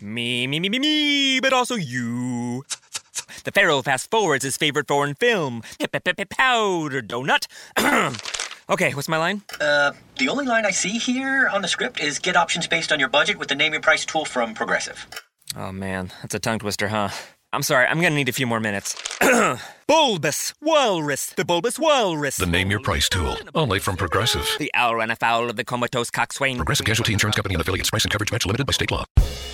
Me, but also you. The Pharaoh fast forwards his favorite foreign film, Powder Donut. Okay, what's my line? The only line I see here on the script is get options based on your budget with the Name Your Price tool from Progressive. Oh man, that's a tongue twister, huh? I'm sorry, I'm gonna need a few more minutes. Bulbous Walrus, the Bulbous Walrus. The Name Your Price tool, only from Progressive. The owl ran afoul of the comatose coxswain. Progressive Casualty Insurance Company and affiliates. Price and coverage match limited by state law.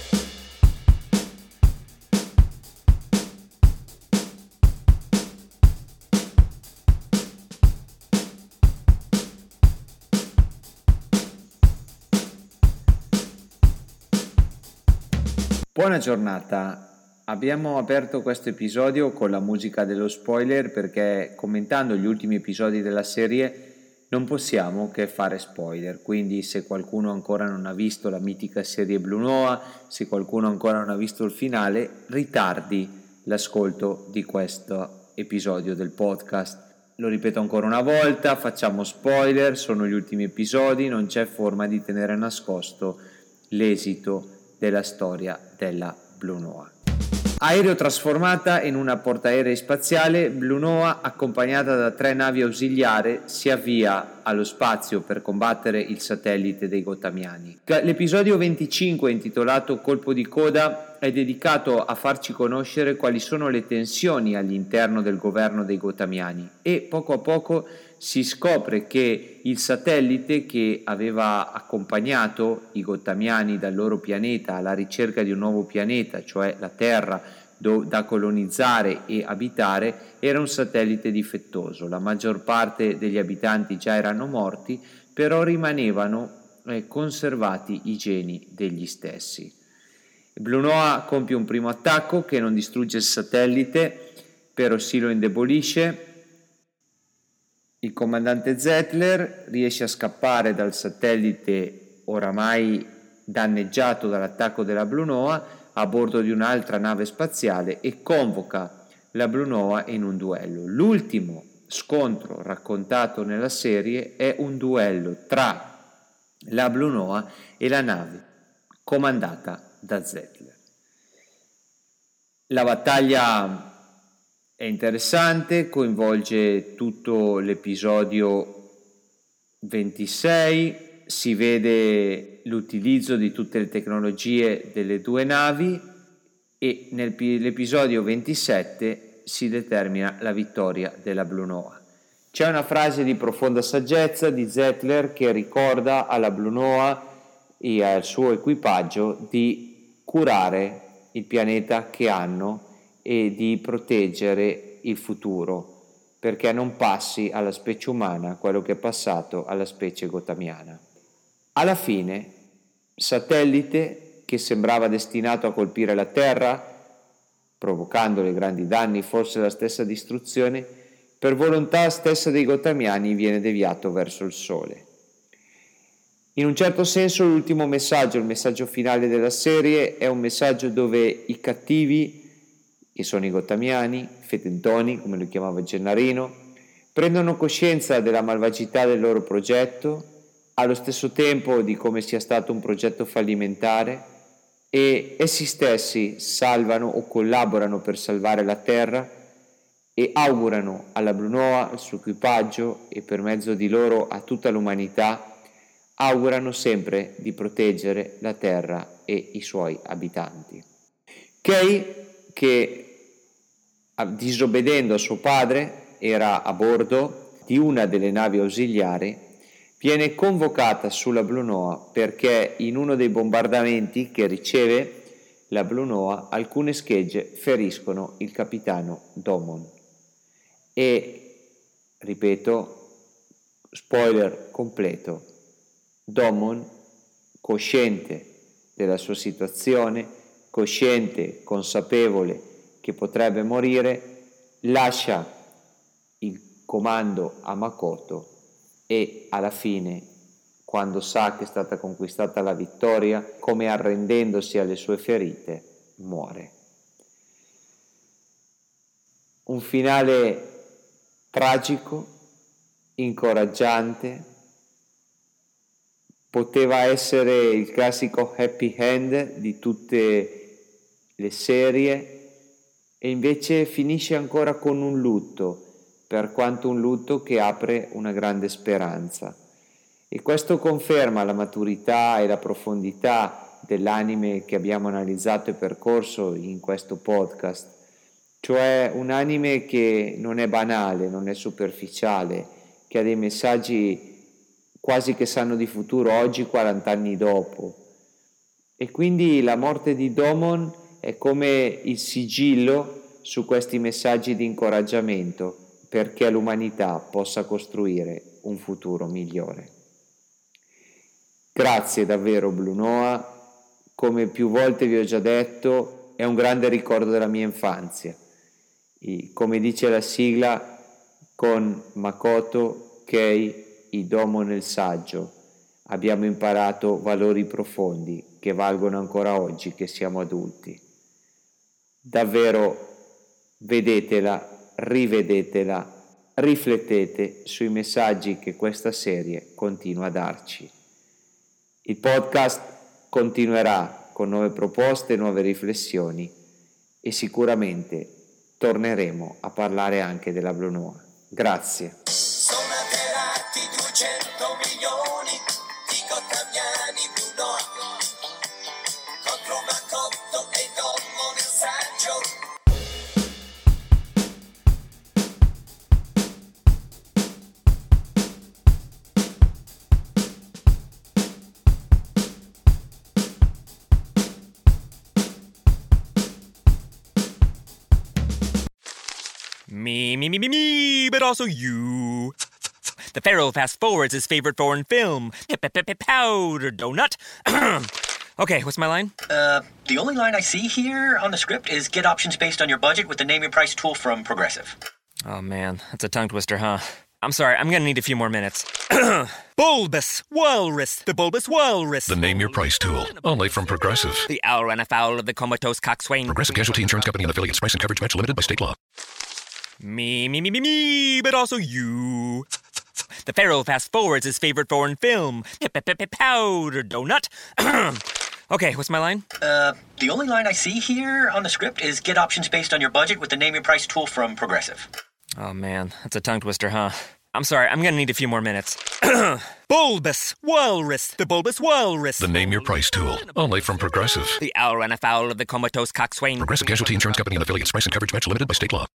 Buona giornata. Abbiamo aperto questo episodio con la musica dello spoiler perché commentando gli ultimi episodi della serie non possiamo che fare spoiler, quindi se qualcuno ancora non ha visto la mitica serie Blue Noah, se qualcuno ancora non ha visto il finale, ritardi l'ascolto di questo episodio del podcast. Lo ripeto ancora una volta, facciamo spoiler, sono gli ultimi episodi, non c'è forma di tenere nascosto l'esito della storia della Blue Noah. Aereo trasformata in una portaerei spaziale, Blue Noah, accompagnata da 3 navi ausiliari, si avvia allo spazio per combattere il satellite dei Gotamiani. L'episodio 25, intitolato Colpo di coda, è dedicato a farci conoscere quali sono le tensioni all'interno del governo dei Gotamiani e poco a poco si scopre che il satellite che aveva accompagnato i Gotamiani dal loro pianeta alla ricerca di un nuovo pianeta, cioè la Terra, da colonizzare e abitare, era un satellite difettoso. La maggior parte degli abitanti già erano morti, però rimanevano conservati i geni degli stessi. Blue Noah compie un primo attacco che non distrugge il satellite, però sì lo indebolisce. Il comandante Zettler riesce a scappare dal satellite oramai danneggiato dall'attacco della Blue Noah a bordo di un'altra nave spaziale e convoca la Blue Noah in un duello. L'ultimo scontro raccontato nella serie è un duello tra la Blue Noah e la nave comandata da Zettler. La battaglia è interessante, coinvolge tutto l'episodio 26, si vede l'utilizzo di tutte le tecnologie delle 2 navi e nell'episodio 27 si determina la vittoria della Blue Noah. C'è una frase di profonda saggezza di Zettler che ricorda alla Blue Noah e al suo equipaggio di curare il pianeta che hanno e di proteggere il futuro, perché non passi alla specie umana quello che è passato alla specie gotamiana. Alla fine, satellite che sembrava destinato a colpire la Terra, provocandole grandi danni, forse la stessa distruzione, per volontà stessa dei gotamiani viene deviato verso il Sole. In un certo senso l'ultimo messaggio, il messaggio finale della serie, è un messaggio dove i cattivi, che sono i gotamiani, fetentoni, come lo chiamava Gennarino, prendono coscienza della malvagità del loro progetto, allo stesso tempo di come sia stato un progetto fallimentare, e essi stessi salvano o collaborano per salvare la Terra e augurano alla Blue Noah, al suo equipaggio e per mezzo di loro a tutta l'umanità, augurano sempre di proteggere la Terra e i suoi abitanti. Kay, che disobbedendo a suo padre era a bordo di una delle navi ausiliari, viene convocata sulla Blue Noah perché in uno dei bombardamenti che riceve la Blue Noah alcune schegge feriscono il capitano Domon e, ripeto, spoiler completo, Domon, cosciente della sua situazione, cosciente, consapevole che potrebbe morire, lascia il comando a Makoto e alla fine, quando sa che è stata conquistata la vittoria, come arrendendosi alle sue ferite, muore. Un finale tragico, incoraggiante, poteva essere il classico happy end di tutte le serie, e invece finisce ancora con un lutto, per quanto un lutto che apre una grande speranza. E questo conferma la maturità e la profondità dell'anime che abbiamo analizzato e percorso in questo podcast, cioè un anime che non è banale, non è superficiale, che ha dei messaggi quasi che sanno di futuro oggi, 40 anni dopo. E quindi la morte di Domon è come il sigillo su questi messaggi di incoraggiamento perché l'umanità possa costruire un futuro migliore. Grazie davvero Blue Noah, come più volte vi ho già detto, è un grande ricordo della mia infanzia. Come dice la sigla, con Makoto, Kei, Idomo nel saggio, abbiamo imparato valori profondi che valgono ancora oggi che siamo adulti. Davvero vedetela, rivedetela, riflettete sui messaggi che questa serie continua a darci. Il podcast continuerà con nuove proposte, nuove riflessioni e sicuramente torneremo a parlare anche della Blue Noah. Grazie. Sono atterrati 200 milioni di cottaviani Blue Noah contro Makoto e Domo nel saggio. Me, but also you. The Pharaoh fast forwards his favorite foreign film, Powder Donut. Okay, what's my line? The only line I see here on the script is get options based on your budget with the Name Your Price tool from Progressive. Oh man, that's a tongue twister, huh? I'm sorry, I'm gonna need a few more minutes. Bulbous Walrus, the Bulbous Walrus. The Name Your Price tool, only from Progressive. The owl ran afoul of the comatose coxswain. Progressive Casualty Insurance Company and affiliates. Price and coverage match limited by state law. Me, but also you. The Pharaoh fast forwards his favorite foreign film, Powder Donut. Okay, what's my line? The only line I see here on the script is get options based on your budget with the Name Your Price tool from Progressive. Oh man, that's a tongue twister, huh? I'm sorry, I'm gonna need a few more minutes. Bulbous Walrus, the Bulbous Walrus. The Name Your Price tool, only from Progressive. The owl ran afoul of the comatose coxswain. Progressive Casualty Insurance Company and affiliates. Price and coverage match limited by state law.